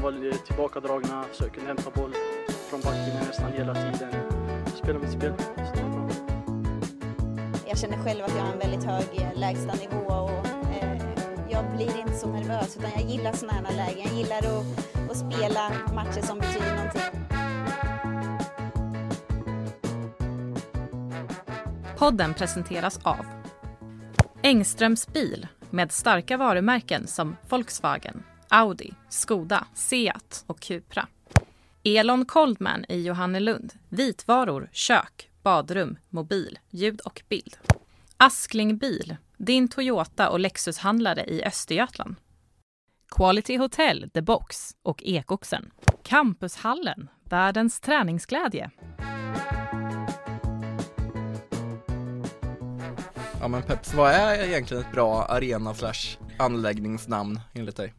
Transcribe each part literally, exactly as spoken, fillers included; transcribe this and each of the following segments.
vara tillbakadragna, försöka hämta boll från backen nästan hela tiden. Spela mitt spel. Jag känner själv att jag har en väldigt hög lägsta nivå och eh, jag blir inte så nervös utan jag gillar sådana här lägen. Jag gillar att, att spela matcher som betyder någonting. Podden presenteras av Engströms bil med starka varumärken som Volkswagen, Audi, Skoda, Seat och Cupra. Elon Coldman i Johannelund, vitvaror, kök, badrum, mobil, ljud och bild. Askling bil, din Toyota och Lexus-handlare i Östergötland. Quality Hotel, The Box och Ekoxen. Campushallen, världens träningsglädje. Ja men Peps, vad är egentligen ett bra arena slash anläggningsnamn enligt dig?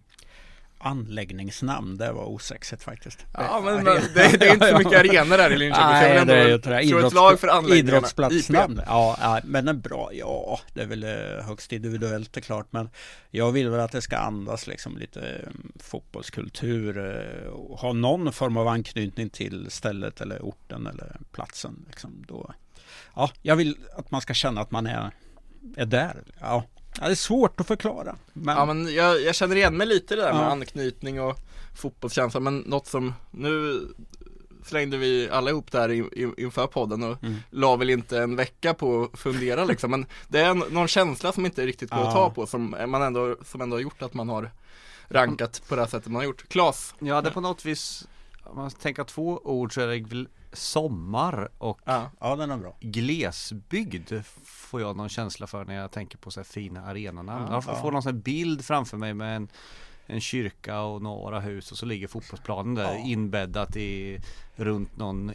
Anläggningsnamn, det var osexigt faktiskt. Ja men det, det, det är inte så mycket arenor där i Linköping. Nej, jag det är ju ett idrotts, lag för anläggningarna. Idrottsplatsnamn. Ja, ja, men är bra. Ja, det är väl högst individuellt, det är klart. Men jag vill väl att det ska andas liksom lite fotbollskultur och ha någon form av anknytning till stället eller orten eller platsen. Liksom då. Ja, jag vill att man ska känna att man är, är där. Ja. Ja, det är svårt att förklara. Men... Ja, men jag, jag känner igen mig lite i det där ja. med anknytning och fotbollskänsla. Men något som nu slängde vi alla ihop där in, inför podden och mm. la väl inte en vecka på att fundera liksom. Men det är en, någon känsla som inte riktigt går ja. att ta på som, man ändå, som ändå har gjort att man har rankat på det här sättet man har gjort. Klas? Ja, det är på något vis, om man tänker två ord så är det väl sommar och ja. Ja, den är bra. glesbygd får jag någon känsla för när jag tänker på så här fina arenorna. Ja, jag får ja. någon sån här bild framför mig med en, en kyrka och några hus och så ligger fotbollsplanen där ja. inbäddat i runt någon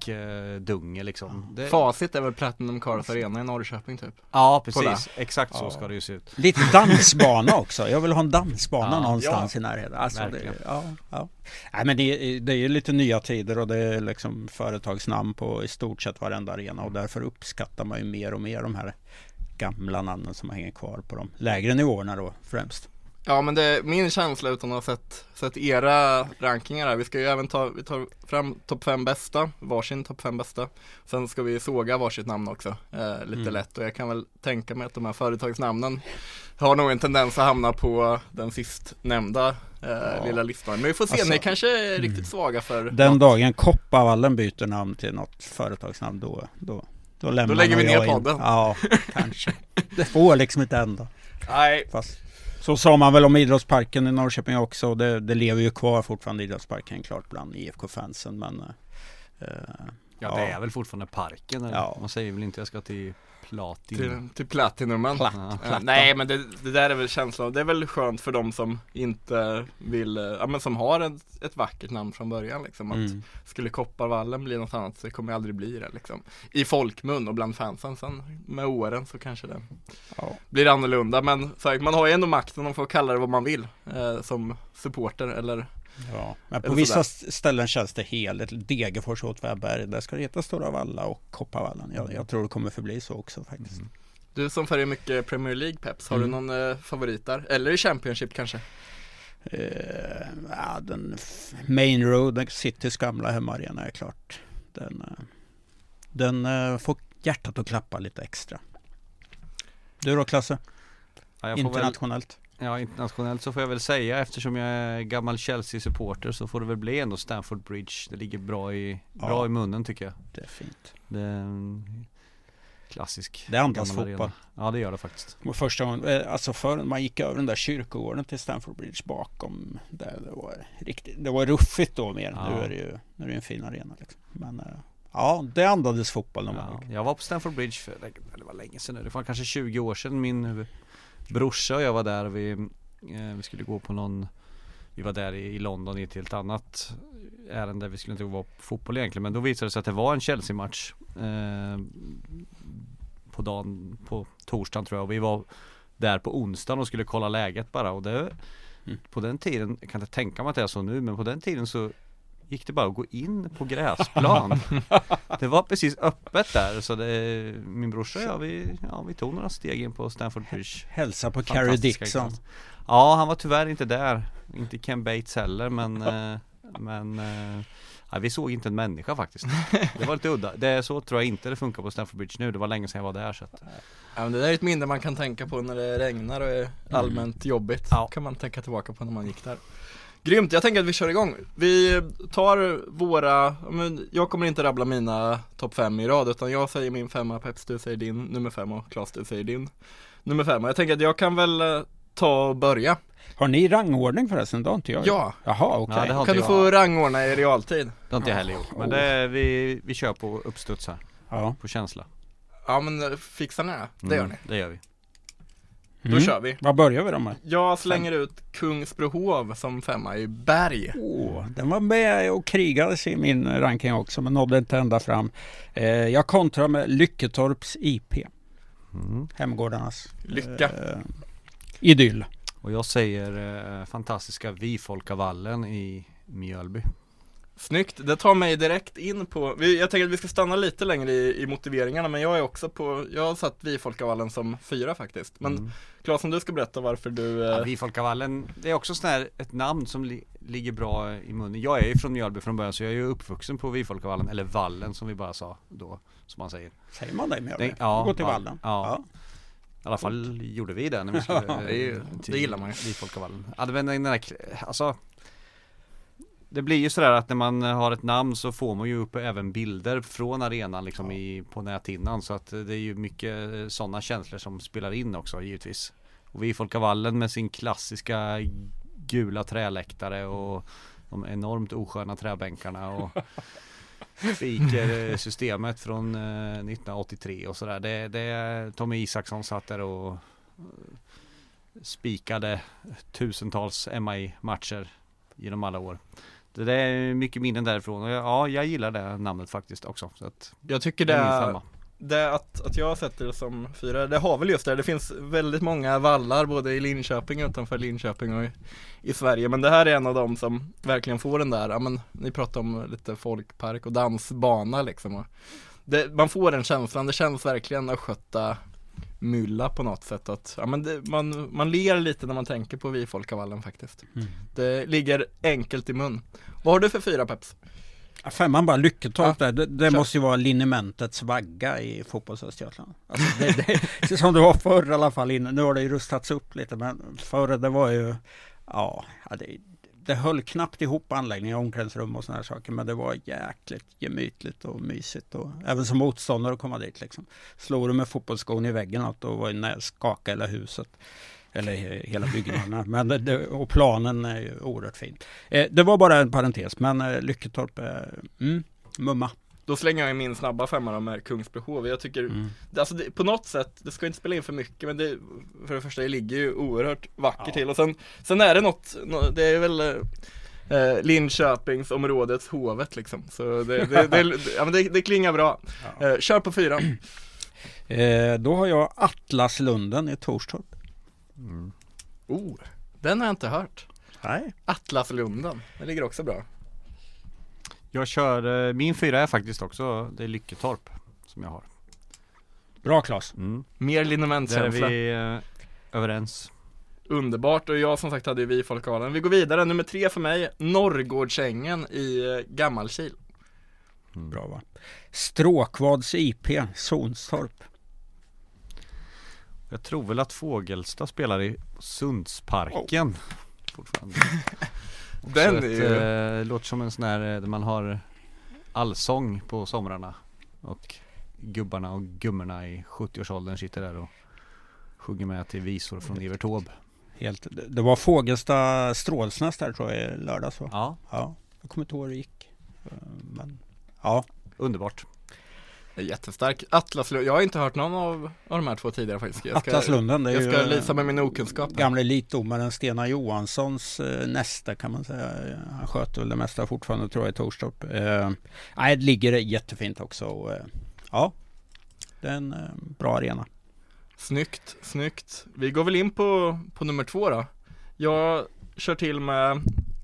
ekdunge liksom. Det... Facit är väl Platinum Cars Arena i Norrköping typ. Ja, precis. Exakt så ja. ska det ju se ut. Lite dansbana också. Jag vill ha en dansbana ja. någonstans ja. i närheten. Alltså det, ja, ja. Nej, men det, det är ju lite nya tider och det är liksom företagsnamn på i stort sett varenda arena och därför uppskattar man ju mer och mer de här gamla namnen som hänger kvar på de lägre nivåerna då främst. Ja, men det är min känsla utan att ha sett, sett era rankingar här. Vi ska ju även ta, vi tar fram topp fem bästa, varsin topp fem bästa. Sen ska vi såga varsitt namn också, eh, lite mm. lätt. Och jag kan väl tänka mig att de här företagsnamnen har nog en tendens att hamna på den sist nämnda eh, ja. lilla listan. Men vi får se, alltså, ni kanske är riktigt svaga för den något. Dagen Kopparvallen byter namn till något företagsnamn, då, då, då lämnar Då lägger vi ner in. podden. Ja, kanske. Det får liksom inte ändå. Nej. Fast så sa man väl om idrottsparken i Norrköping också. Det, det lever ju kvar fortfarande idrottsparken klart bland I F K-fansen. Men, uh, ja, det är väl fortfarande parken. Eller? Ja. Man säger väl inte jag ska till Platinum. Till, till Platinumen. Platt, ja. Platt, Nej, men det, det där är väl känslan. Det är väl skönt för dem som inte vill, ja men som har ett, ett vackert namn från början liksom. Att mm. skulle Kopparvallen bli något annat så kommer det aldrig bli det liksom. I folkmun och bland fansen sen med åren så kanske det ja. blir annorlunda. Men så, man har ju ändå makten att få kalla det vad man vill eh, som supporter eller. Ja, men på vissa sådär. ställen känns det helt Degerfors och Åtvidaberg. Där ska det heta Stora Valla och Kopparvallen. Jag, jag tror det kommer förbli så också faktiskt. Mm. Du som följer mycket Premier League, Peps, har mm. du någon eh, favorit där? Eller i Championship kanske? Uh, ja, den f- Main Road, Citys gamla hemmaarena är klart. Den, uh, den uh, får hjärtat att klappa lite extra. Du då, Klasse? Ja, jag internationellt? Väl... Ja, internationellt så får jag väl säga, eftersom jag är gammal Chelsea-supporter så får det väl bli ändå Stamford Bridge. Det ligger bra i, bra ja, i munnen tycker jag. Det är fint. Det är en klassisk. Det andas fotboll. Arena. Ja, det gör det faktiskt. Och första gången, alltså för man gick över den där kyrkogården till Stamford Bridge bakom, där det var riktigt, det var ruffigt då mer. Ja. Nu är det ju nu är det en fin arena liksom. Men ja, det andades fotboll någon ja, gång. Jag var på Stamford Bridge för det var länge sedan nu. Det var kanske tjugo år sedan min brorsa och jag var där. Vi, eh, vi skulle gå på någon, vi var där i, i London i ett helt annat ärende. Vi skulle inte vara på fotboll egentligen, men då visade det sig att det var en Chelsea-match eh, på dagen, på torsdagen tror jag. Och vi var där på onsdagen och skulle kolla läget bara. Och det, mm. på den tiden, jag kan inte tänka mig att det är så nu, men på den tiden så gick det bara att gå in på gräsplan. Det var precis öppet där, så det, min brorsa och jag, vi, ja, vi tog några steg in på Stamford Bridge. Hälsa på Carrie Dixon. Klass. Ja, han var tyvärr inte där. Inte Ken Bates heller, men, eh, men eh, ja, vi såg inte en människa faktiskt. Det var lite udda. Det är så tror jag inte det funkar på Stamford Bridge nu. Det var länge sedan jag var där. Så att... Ja, men det där är ett minne man kan tänka på när det regnar och är allmänt mm. jobbigt. Ja. Kan man tänka tillbaka på när man gick där. Grymt, jag tänker att vi kör igång. Vi tar våra, men jag kommer inte rabbla mina topp fem i rad, utan jag säger min femma, Peps du säger din nummer fem och Claes du säger din nummer fem. Jag tänker att jag kan väl ta och börja. Har ni rangordning förresten? Det har inte jag. Ja. Jaha, okej. Ja, kan du jag. få rangordna i realtid? Det har inte jag heller gjort. Men det är, vi, vi kör på uppstuds här. Ja. På känsla. Ja, men fixar ni det? Det gör ni. Mm, det gör vi. Då Mm. kör vi. Vad börjar vi då med? Jag slänger ut Kungsbrohov som femma i Berg. Åh, den var med och krigades i min ranking också, men nådde inte ända fram. Eh, jag kontrar med Lycketorps I P. Mm. Hemgårdarnas Lycka. eh, idyll. Och jag säger eh, fantastiska Vifolkavallen i Mjölby. Snyggt, det tar mig direkt in på, vi, jag tänker att vi ska stanna lite längre i, i motiveringarna, men jag är också på, jag har satt Vifolkavallen som fyra faktiskt. Men Mm. Claes, om du ska berätta varför du... Eh... Ja, Vifolkavallen, det är också sån här, ett namn som li- ligger bra i munnen. Jag är ju från Mjölby från början, så jag är ju uppvuxen på Vifolkavallen, eller Vallen som vi bara sa då, som man säger. Säger man det med? Det- ja, Gå till ja, vallen. ja. I alla fall gjorde vi det när vi skulle det är ju- till det gillar man ju. Vifolkavallen. Ja, det var den där, alltså det blir ju sådär att när man har ett namn så får man ju upp även bilder från arenan liksom i, på näthinnan, så att det är ju mycket sådana känslor som spelar in också givetvis. Och Vifolkavallen med sin klassiska gula träläktare och de enormt osköna träbänkarna och speakersystemet från eh, nittonhundraåttiotre och sådär. Det, det, Tommy Isaksson satt där och eh, spikade tusentals M I matcher genom alla år. Det där är mycket minnen därifrån och jag, ja, jag gillar det namnet faktiskt också. Så att Jag tycker det det, är min är, femma. det att, att jag sätter det som fyra, det har väl just det. Det finns väldigt många vallar både i Linköping och utanför Linköping och i, i Sverige. Men det här är en av dem som verkligen får den där, ja, men ni pratar om lite folkpark och dansbana liksom. Och det, man får den känslan, det känns verkligen att sköta mylla på något sätt. Att, ja, men det, man, man ler lite när man tänker på Vifolkavallen faktiskt. Mm. Det ligger enkelt i mun. Vad har du för fyra, Peps? Ja, femman bara Lycketorp Ja, där. Det, det kör. måste ju vara linementets vagga i fotbollsöstergötland. Alltså det, det, som det var förr i alla fall. Innan. Nu har det ju rustats upp lite, men förr det var ju, ja, det, det höll knappt ihop anläggningar, omklädningsrum och såna här saker, men det var jäkligt gemytligt och mysigt och även som motståndare att komma dit liksom. Slår du med fotbollsskon i väggen och då var det skaka hela huset. Eller hela byggnaderna. Men det, det, och planen är ju oerhört fin. Eh, det var bara en parentes, men eh, Lycketorp, eh, mm, mumma. Då slänger jag in min snabba femma då med Kungsbrohov. Jag tycker, Mm. det, alltså det, på något sätt, det ska inte spela in för mycket, men det, för det första, det ligger ju oerhört vackert Ja. till. Och sen, sen är det något, nå- det är väl eh, Linköpingsområdets hovet liksom. Så det, det, det, det, ja, men det, det klingar bra. Ja. Eh, kör på fyra. Eh, då har jag Atlaslunden i Torstorp. Mm. Oh, den har jag inte hört. Nej. Atlaslunden, det ligger också bra. Jag kör, eh, min fyra är faktiskt också, det är Lycketorp som jag har. Bra Claes. Mm. Mer Där är linementkänsla. vi eh, överens. Underbart, och jag som sagt hade ju Vifolkalen. Vi går vidare, nummer tre för mig, Norrgårdsängen i eh, Gammalkil. Mm. Bra va? Stråkvads I P, Sonstorp. Jag tror väl att Fågelsta spelar i Sundsparken fortfarande. Den Så är ett, ju... eh, låter som en sån här eh, där man har allsång på somrarna och gubbarna och gummorna i sjuttioårsåldern sitter där och sjunger med till visor från Evert Taube. Helt, det det var Fågelsta Strålsnäs där tror jag i lördags va? Ja, Ja, jag kommer inte ihåg hur det gick. Eh, Men ja, underbart. Det är jättestark. Atlaslunden, jag har inte hört någon av, av de här två tidigare faktiskt. Jag ska, Atlaslunden, det är jag ju ska lysa med min okunskap. gamla elitdomaren Stena Johanssons eh, nästa kan man säga. Han sköter väl det mesta fortfarande tror jag i Torstorp. Eh, nej, det ligger jättefint också. Och, eh, ja, det är en eh, bra arena. Snyggt, snyggt. Vi går väl in på, på nummer två då. Jag kör till med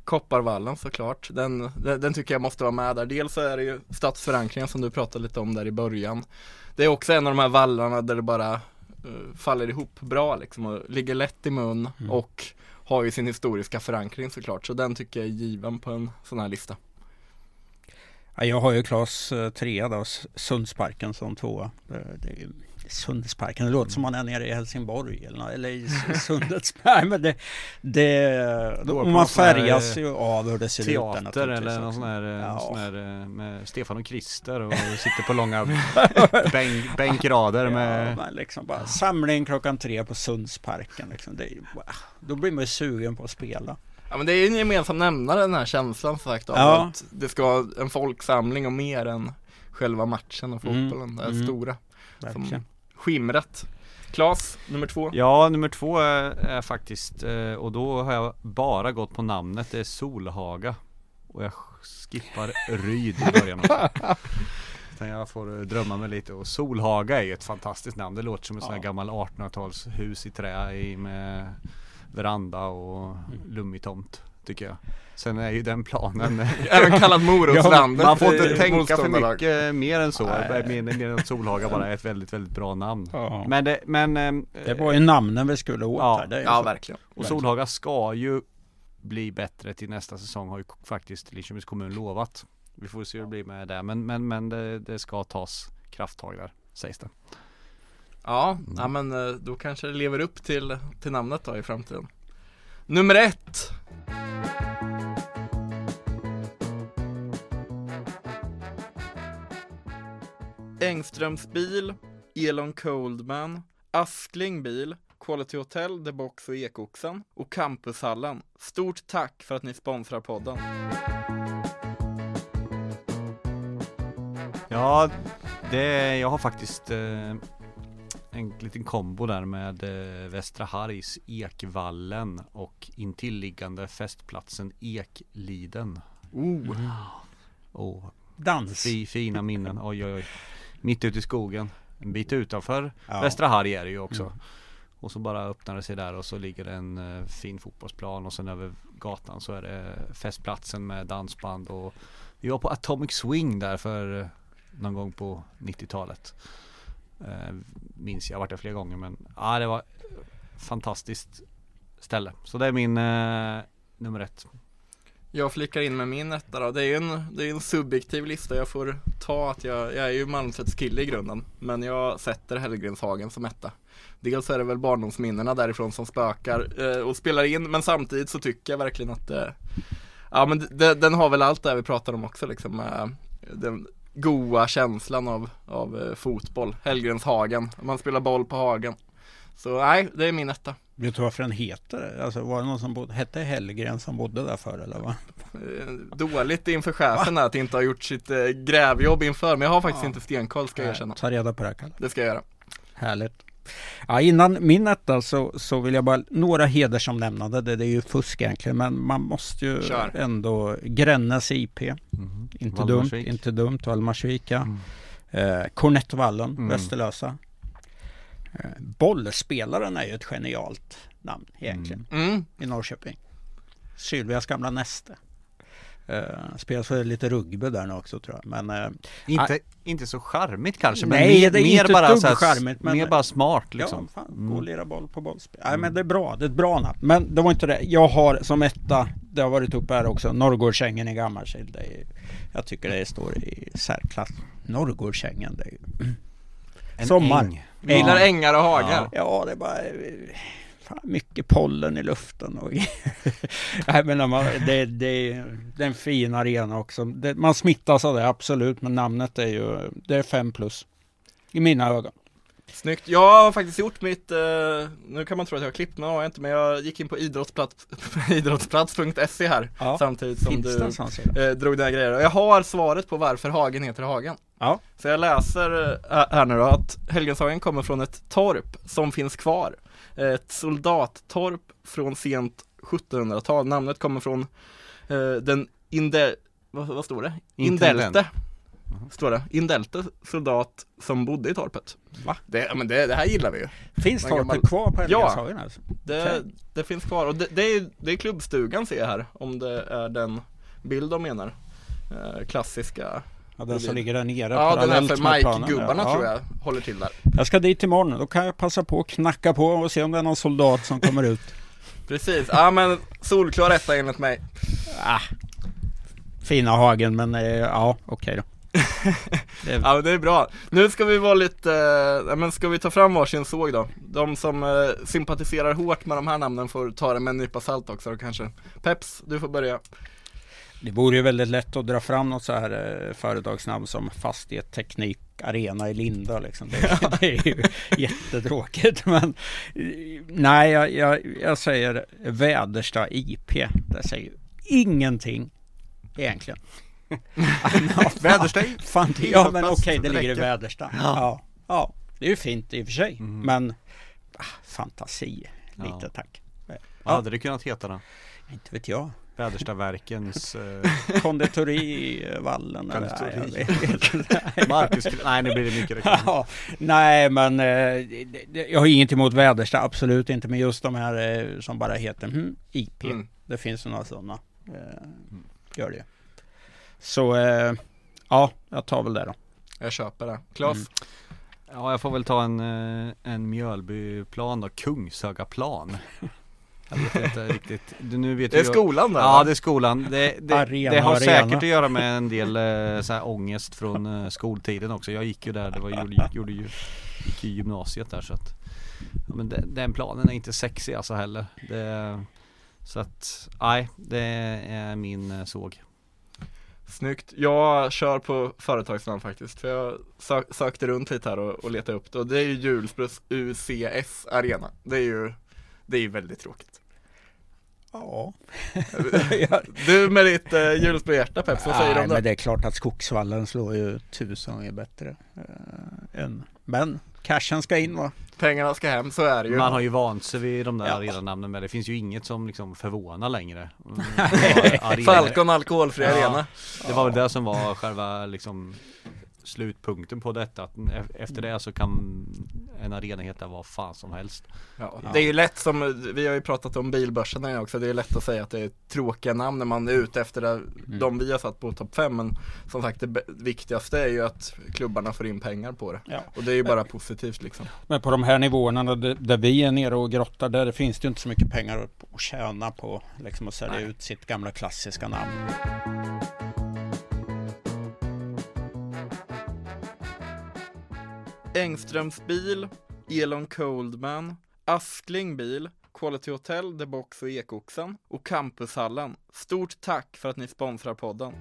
Kopparvallen såklart, den, den, den tycker jag måste vara med där. Dels så är det ju stadsförankringen som du pratade lite om där i början. Det är också en av de här vallarna där det bara uh, faller ihop bra liksom, och ligger lätt i mun mm. och har ju sin historiska förankring såklart. Så den tycker jag är given på en sån här lista. Ja, jag har ju Klas trea då, Sundsparken som tvåa. Det, det är ju Sundsparken, det låter som man är nere i Helsingborg eller, eller i Sundets. Nej, men det, det då, man färgas ju av hur det ser teater ut. Teater eller någon sån här, ja. sån här med Stefan och Krister och sitter på långa bänk, bänkrader med... Ja, liksom bara samling klockan tre på Sundsparken. Liksom. Det är, då blir man ju sugen på att spela. Ja, men det är en gemensam nämnare den här känslan sagt av ja. att det ska vara en folksamling och mer än själva matchen och fotbollen. Mm. Det är mm. stora. Som skimret. Klas, nummer två. Ja, nummer två är, är faktiskt, och då har jag bara gått på namnet, det är Solhaga. Och jag skippar Ryd i början också. Så jag får drömma mig lite. Och Solhaga är ju ett fantastiskt namn. Det låter som ett ja. sån här gammal artonhundratalshus i trä i med veranda och lummig tomt, tycker jag. Sen är ju den planen även kallad Morotslandet. Ja, man får inte tänka för mycket mer än så. Mer, mer än att Solhaga bara är ett väldigt, väldigt bra namn. Ja. Men, det, men det var ju namnen vi skulle åt ja, här. Det är ja, verkligen. Och Solhaga ska ju bli bättre till nästa säsong, har ju faktiskt Linköpings kommun lovat. Vi får se hur det blir med det. Men, men, men det, det ska tas krafttag där, sägs det. Ja, mm. ja, men då kanske det lever upp till, till namnet då i framtiden. Nummer ett. Engströms bil, Elon Coldman, Askling bil, Quality Hotel, The Box och Ekoxen och Campushallen. Stort tack för att ni sponsrar podden. Ja, det, jag har faktiskt eh, en liten kombo där med eh, Västra Harrys Ekvallen och intilliggande festplatsen Ekliden. Oh, oh. Dans. F- fina minnen, oj oj oj. Mitt ute i skogen, en bit utanför ja. Västra Harry är det ju också. Mm. Och så bara öppnar det sig där och så ligger det en uh, fin fotbollsplan och sen över gatan så är det festplatsen med dansband och vi var på Atomic Swing där för uh, någon gång på nittiotalet. Uh, minns jag, har varit där flera gånger men ja, det var fantastiskt ställe. Så det är min uh, nummer ett. Jag flickar in med min etta då. Det är en, det är en subjektiv lista. Jag får ta att jag, jag är ju Malmslätts kille i grunden. Men jag sätter Hellgrenshagen som etta. Dels är det väl barndomsminnena därifrån som spökar eh, och spelar in. Men samtidigt så tycker jag verkligen att eh, ja, men det, den har väl allt det vi pratar om också. Liksom, eh, den goa känslan av, av eh, fotboll. Hellgrenshagen. Man spelar boll på hagen. Så nej, det är min etta. Vet du varför den heter det? Alltså, var det någon som bodde, hette Hellgren som bodde där för eller vad? Dåligt inför chefen att inte ha gjort sitt eh, grävjobb inför. Men jag har faktiskt ja. inte stenkoll, ska jag erkänna. Ta reda på det, Kalle. Det ska jag göra. Härligt. Ja, innan min etta så, så vill jag bara, några hedersomnämnande, det, det är ju fusk egentligen, men man måste ju Kör. ändå Grännes I P. Mm. Inte dumt, inte dumt, Valdemarsvika. Mm. Eh, Kornettvallen, mm. Västerlösa. Bollspelaren är ju ett genialt namn egentligen mm. i Norrköping. Sylvias gamla näste. Uh, spelar för lite rugby där nu också tror jag. Men, uh, inte, uh, inte så charmigt kanske. Nej, men mer, det är mer inte bara så charmigt. Men, mer bara smart liksom. Ja, fan, gå och lira boll på bollspel. Mm. Nej, men det är bra. Det är ett bra namn. Men det var inte det. Jag har som etta, det har varit uppe här också, Norrgårdsängen i Gammalkil. Det är, jag tycker det står i särklass. Norrgårdsängen, det är ju en sommar. Äng. Vi gillar ja. ängar och hagar. Ja, ja det är bara fan, mycket pollen i luften. Och Nej, men man, det, det, det är en fin arena också. Det, man smittas av det, absolut. Men namnet är ju det är fem plus i mina ögon. Snyggt. Jag har faktiskt gjort mitt, eh, nu kan man tro att jag har klippt, men jag har inte, men jag gick in på idrottsplats, idrottsplats punkt se här ja. samtidigt som Finns du eh, drog dina grejer. Och jag har svaret på varför Hagen heter Hagen. Ja. Så jag läser äh, här nu då att Hellgrenshagen kommer från ett torp som finns kvar. Ett soldattorp från sent sjuttonhundratal. Namnet kommer från eh, den Inde... Vad, vad står det? Indelte. står det. Indelte soldat som bodde i torpet. Va? Det, men det, det här gillar vi ju. Finns Man torpet gammal- kvar på Älvgashagen alltså? Det, Okej. det finns kvar. Och det, det, är, det är klubbstugan ser jag här. Om det är den bild de menar. Eh, klassiska. Ja, den som ligger där nere Ja, den här parallellt för med planen. Mike-gubbarna Ja. tror jag håller till där. Jag ska dit imorgon, då kan jag passa på att knacka på och se om det är någon soldat som kommer ut. Precis, ja men solklar etta enligt mig. Ah, fina Hagen, men eh, ja, okej då. Det är... Ja men det är bra. Nu ska vi vara lite, eh, men ska vi ta fram varsin såg då? De som eh, sympatiserar hårt med de här namnen får ta det med en nypa salt också då, kanske. Peps, du får börja. Det vore ju väldigt lätt att dra fram något så här eh, företagsnamn som Fastighetsteknik Arena i Linda liksom. Det, det är ju jättetråkigt, men eh, nej, jag, jag, jag säger Väderstad I P. Det säger ju ingenting egentligen. Väderstad? Fan, ja men Fast okej, det ligger i räcker. Väderstad. Ja. Ja, det är ju fint i och för sig, Mm. men ah, fantasi, lite Ja. tack. Vad hade det kunnat heta då? Inte vet jag. Väderstadverkens eh, Konditori i Vallen. eller- Konditori. Nej, jag vet inte. Marcus. Nej, nu blir det mycket reklam. Ja, nej, men eh, det, det, jag har inget emot Väderstad, absolut inte, men just de här eh, som bara heter hmm, I P. Mm. Det finns några sådana. Eh, gör det. Så eh, ja, jag tar väl det då. Jag köper det. Klas? Mm. Ja, jag får väl ta en, eh, en Mjölbyplan då, Kungshögaplan. Jag vet inte riktigt. Du, nu vet Det är jag- skolan där, Ja, va? det är skolan. Det, det, Arena, det har arena. säkert att göra med en del eh, så här ångest från eh, skoltiden också. Jag gick ju där, det var gjorde, gjorde ju gick i gymnasiet där så att ja, men det, den planen är inte sexig alltså heller. Det, så att nej, det är min eh, såg. Snyggt. Jag kör på företagsnamn faktiskt. För jag sö- sökte runt lite här och, och letade upp det. Och det är ju Hjulsbros U C S Arena. Det är ju det är ju väldigt tråkigt. Ja. Du med ditt eh, Hjulsbro hjärta, Peps, vad säger du Nej, om det? men det är klart att Skogsvallen slår ju tusen gånger bättre eh, än. Men cashen ska in, va? Pengarna ska hem, så är det ju. Man har ju vant sig vid de där Ja. arenanamnen, men det finns ju inget som liksom förvånar längre. Mm, arena- Falcon alkoholfri Ja. arena. Det var väl det som var själva liksom slutpunkten på detta, att e- efter det så kan en arena heta vad fan som helst. Ja, det är ju lätt, som vi har ju pratat om bilbörsen här också, det är lätt att säga att det är tråkiga namn när man är ute efter det, de vi har satt på topp fem, men som sagt det be- viktigaste är ju att klubbarna får in pengar på det. Ja. Och det är ju bara positivt liksom. Men på de här nivåerna där, där vi är nere och grottar, där finns det ju inte så mycket pengar att, att tjäna på liksom att sälja Nej. ut sitt gamla klassiska namn. Engströms bil, Elon Coldman, Askling bil, Quality Hotel, The Box och Ekoxen och Campushallen. Stort tack för att ni sponsrar podden.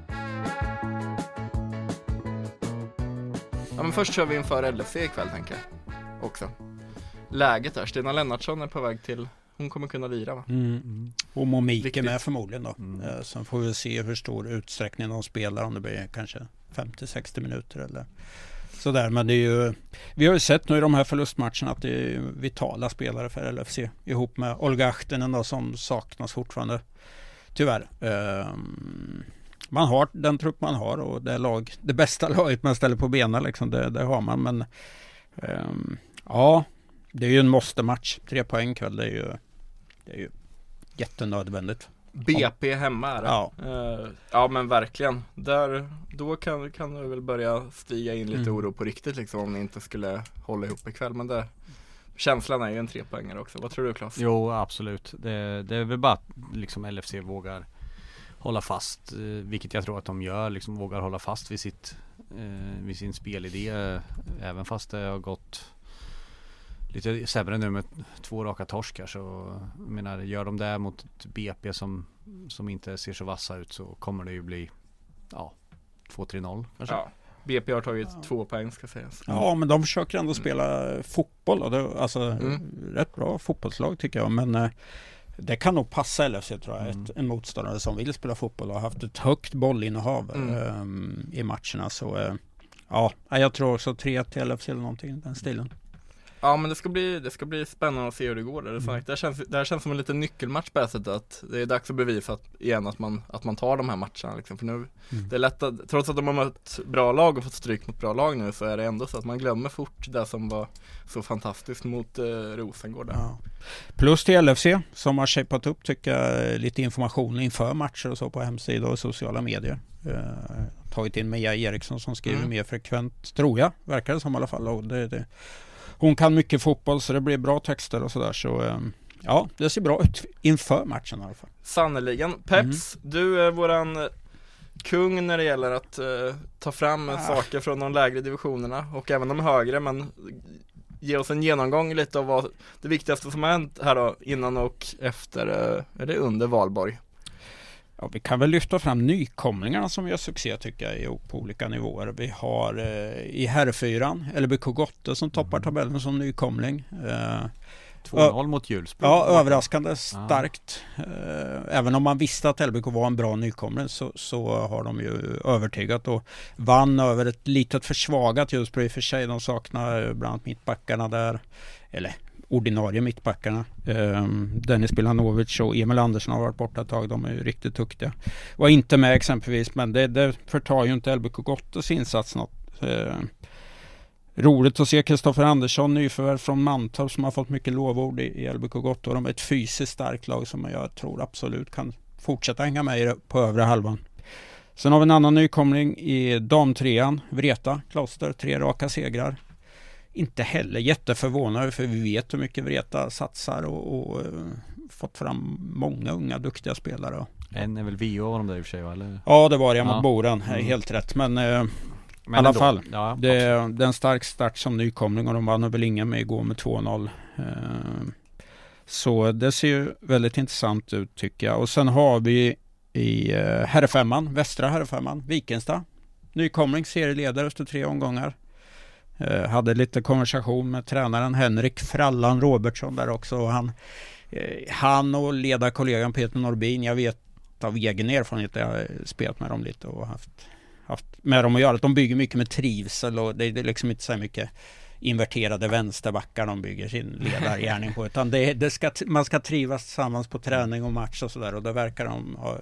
Ja, men först kör vi inför L F C ikväll, tänker jag också. Läget där, Stina Lennartsson är på väg till, hon kommer kunna lira, va? Mm. Och Momike Viktigt. med förmodligen då. Mm. Eh, Sen får vi se hur stor utsträckning de spelar, om det blir kanske femtio till sextio minuter eller sådär. Men det är ju, vi har ju sett nu i de här förlustmatcherna att det är vitala spelare för L F C ihop med Olga Ahtinen då, som saknas fortfarande tyvärr. Ehm, man har den trupp man har och det är lag, det bästa laget man ställer på benen liksom, det, det har man, men ehm, ja, det är ju en måste-match. Tre poäng kväll, det är ju, det är ju jättenödvändigt. B P hemma är det. Ja. Eh, ja men verkligen. Där, då kan, kan det väl börja stiga in lite Mm. oro på riktigt liksom, om ni inte skulle hålla ihop ikväll. Men det, känslan är ju en trepoängare också. Vad tror du, Claes? Jo, absolut. Det, det är väl bara att liksom L F C vågar hålla fast, eh, vilket jag tror att de gör, liksom vågar hålla fast vid sitt eh, vid sin spelidé, eh, även fast det har gått lite sämre nu med två raka torskar. Så jag menar, gör de det mot ett B P som, som inte ser så vassa ut, så kommer det ju bli ja, två tre noll kanske. Ja. B P har tagit två poäng ska sägas. Ja, men de försöker ändå spela fotboll och det, alltså Mm. rätt bra fotbollslag tycker jag, men eh, det kan nog passa L F C tror jag, Mm. ett, en motståndare som vill spela fotboll och har haft ett högt bollinnehav Mm. eh, i matcherna, så eh, ja, jag tror också tre till L F C eller någonting i den stilen. Ja, men det ska bli, det ska bli spännande att se hur det går. Det, mm. det, här känns, det här känns som en liten nyckelmatch på sättet att det är dags att bevisa att, igen att man, att man tar de här matcherna. Liksom. För nu, mm. det är lätt att, trots att de har mött bra lag och fått stryk mot bra lag nu, så är det ändå så att man glömmer fort det som var så fantastiskt mot eh, Rosengård. Ja. Plus till L F C som har shapat upp, tycker jag, lite information inför matcher och så på hemsida och sociala medier. Uh, tagit in Mia Eriksson som skriver mm. mer frekvent, tror jag, verkar det som i alla fall. Och det, det. Hon kan mycket fotboll, så det blir bra texter och sådär. Så um, ja, det ser bra ut inför matchen i alla fall. Sannoliken. Peps, mm. du är våran kung när det gäller att uh, ta fram ah. saker från de lägre divisionerna och även de högre, men ge oss en genomgång lite av vad det viktigaste som har hänt här då, innan och efter, uh, är det under Valborg? Ja, vi kan väl lyfta fram nykomlingarna som gör succé, tycker jag, på olika nivåer. Vi har eh, i herrfyran L B K Gotte som toppar tabellen som nykomling. Eh, två noll mot Hjulsbro. Ja, överraskande starkt. Ah. Eh, även om man visste att L B K var en bra nykomling, så, så har de ju övertygat och vann över ett litet försvagat Hjulsbro i och för sig. De saknar bland annat mittbackarna där. Eller ordinarie mittbackarna. Um, Dennis Bilhanovic och Emil Andersson har varit borta ett tag. De är ju riktigt duktiga. Var inte med exempelvis, men det, det förtar ju inte L B K Gottes insats något. Uh, roligt att se Kristoffer Andersson, nyförvärv från Mantorp, som har fått mycket lovord i, i L B K Gotte. Och de är ett fysiskt starkt lag som jag tror absolut kan fortsätta hänga med i, på övre halvan. Sen har vi en annan nykomling i damtrean, Vreta Kloster, tre raka segrar. Inte heller jätteförvånade, för vi vet hur mycket Vreta satsar och, och uh, fått fram många unga duktiga spelare. En är väl V O av dem där i och för sig, eller? Ja, det var det mot ja. Boren, mm. helt rätt. Men, uh, men i alla ändå. fall, ja, det, det är en stark start som nykomling och de vann väl ingen med igår med två noll. Uh, så det ser ju väldigt intressant ut, tycker jag. Och sen har vi i uh, herrfemman, västra herrfemman, Vikenstad. Nykomling, serieledare efter tre omgångar. Uh, hade lite konversation med tränaren Henrik Frallan Robertsson där också. Och han, uh, han och ledarkollegan Peter Norbin, jag vet av egen erfarenhet, jag har spelat med dem lite och haft, haft med dem att göra. Att de bygger mycket med trivsel och det, det är liksom inte så mycket inverterade vänsterbackar de bygger sin ledargärning på. Utan det, det ska, man ska trivas tillsammans på träning och match och sådär. Och det verkar de ha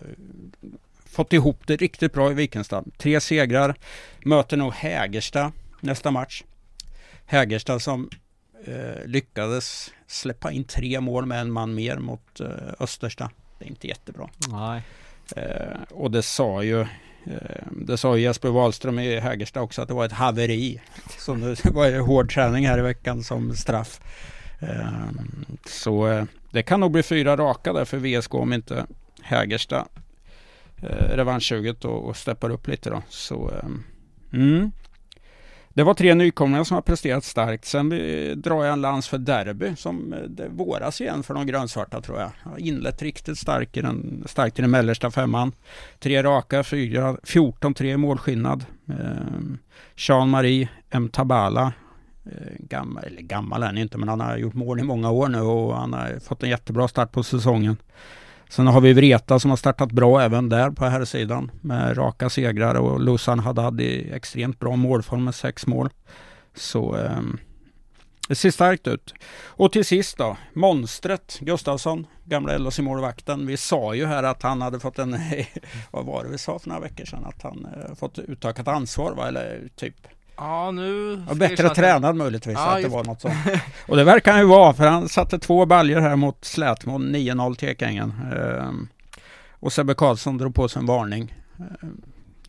fått ihop det riktigt bra i Vikenstad. Tre segrar, möter nog Hägersta nästa match. Hägersta som eh, lyckades släppa in tre mål med en man mer mot eh, Östersta. Det är inte jättebra. Nej. Eh, och det sa ju eh, det sa ju Jesper Wahlström i Hägersta också, att det var ett haveri. Så det var ju hård träning här i veckan som straff. Eh, så eh, det kan nog bli fyra raka där för V S K om inte Hägersta eh, revanschsuget och, och steppar upp lite då. Så eh, mm. Det var tre nykomlingar som har presterat starkt. Sen drar jag en lans för Derby som det våras igen för de grönsvarta, tror jag. Har inlett riktigt starkt i den, starkt i den mellersta femman. Tre raka, fyra, fjorton tre målskillnad. Eh, Jean-Marie M. Tabala. Eh, gammal, eller gammal är han inte, men han har gjort mål i många år nu och han har fått en jättebra start på säsongen. Sen har vi Vreta som har startat bra även där på här sidan med raka segrar, och Lussan hade, hade extremt bra målform med sex mål. Så eh, det ser starkt ut. Och till sist då, monstret Gustafsson, gamla L H C-målvakten. Vi sa ju här att han hade fått en, vad var det vi sa för några veckor sedan, att han eh, fått utökat ansvar, va? Eller typ Ja, nu... Ja, bättre tränad möjligtvis, ja, att det var något sånt. Och det verkar han ju vara, för han satte två baljor här mot Slätmål, nio noll till Ekängen. Ehm, och Sebbe Karlsson drog på sig en varning. Ehm,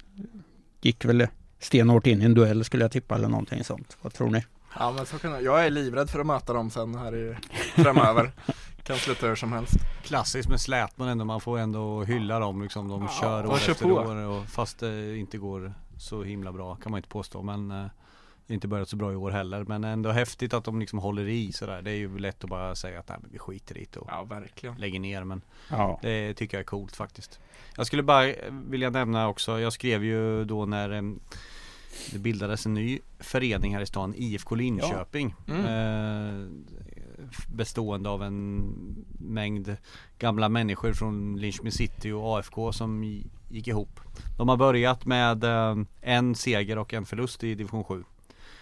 gick väl stenhårt in i en duell, skulle jag tippa, eller någonting sånt. Vad tror ni? Ja, men så kan jag. Jag är livrädd för att möta dem sen här i, framöver. Kan sluta hur som helst. Klassiskt med Slätmål ändå, man får ändå hylla dem liksom, de ja, kör år efter på. år och fast det inte går så himla bra kan man inte påstå, men eh, inte börjat så bra i år heller, men ändå häftigt att de liksom håller i sådär. Det är ju lätt att bara säga att nej, men vi skiter i det och ja, verkligen. lägger ner, men ja. Det tycker jag är coolt faktiskt. Jag skulle bara vilja nämna också, jag skrev ju då när eh, det bildades en ny förening här i stan, I F K Linköping, ja. mm. eh, bestående av en mängd gamla människor från Linköping City och A F K som gick ihop. De har börjat med eh, en seger och en förlust i division sju.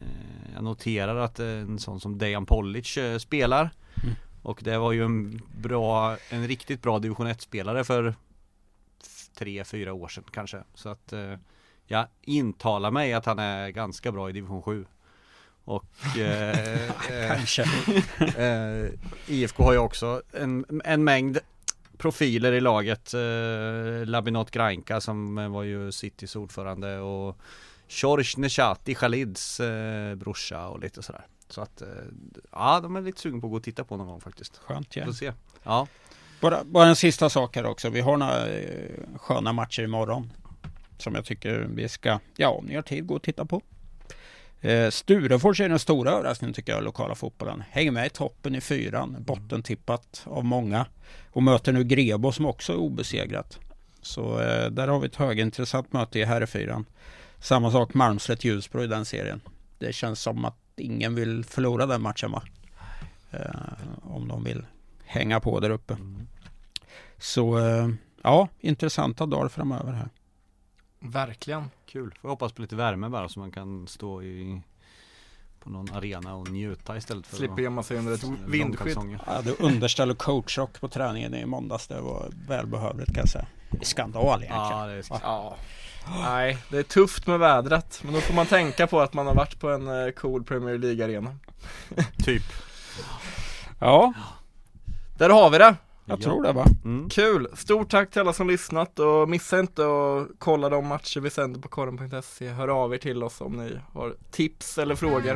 eh, jag noterar att en sån som Dejan Polic eh, spelar. Mm. Och det var ju en bra, en riktigt bra division ett-spelare för tre, fyra år sedan kanske. Så att eh, jag intalar mig att han är ganska bra i division sju. Och eh, Kanske. eh, I F K har ju också en, en mängd profiler i laget. Eh, Labinot Grainka som var ju Citys ordförande och George Neshati Khalids eh, brorsa och lite sådär. Så att, eh, ja, de är lite sugen på att gå och titta på någon gång faktiskt. Skönt, ja. Får se. Ja. Bara, bara en sista sak här också. Vi har några eh, sköna matcher imorgon som jag tycker vi ska, ja, om ni har tid, gå och titta på. Eh, Sturefors är den stora överraskningen tycker jag, lokala fotbollen. Hänger med i toppen i fyran, bottentippat av många. Och möter nu Grebo som också är obesegrat. Så eh, där har vi ett högintressant möte i herrfyran. Samma sak Malmslätt-Ljusbro i den serien. Det känns som att ingen vill förlora den matchen, va? Eh, om de vill hänga på där uppe. Mm. Så eh, ja, intressanta dagar framöver här. Verkligen. Kul. Får hoppas på lite värme bara så man kan stå i på någon arena och njuta istället för slipper gömma sig under ett vindskydd. Ja, det underställ och coachrock på träningen i måndags. Det var välbehövligt kan jag säga. Det är skandal egentligen. Ja, det är sk- ja. Nej, det är tufft med vädret. Men då får man tänka på att man har varit på en uh, cool Premier League-arena. Typ. Ja. Där har vi det. Jag ja. tror det, va? Mm. Kul. Stort tack till alla som lyssnat. Och missa inte att kolla de matcher vi sänder på korren punkt se. Hör av er till oss om ni har tips eller frågor.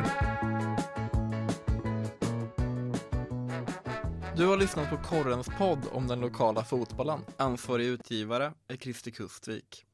Du har lyssnat på Korrens podd om den lokala fotbollen. Ansvarig utgivare är Christer Kustvik.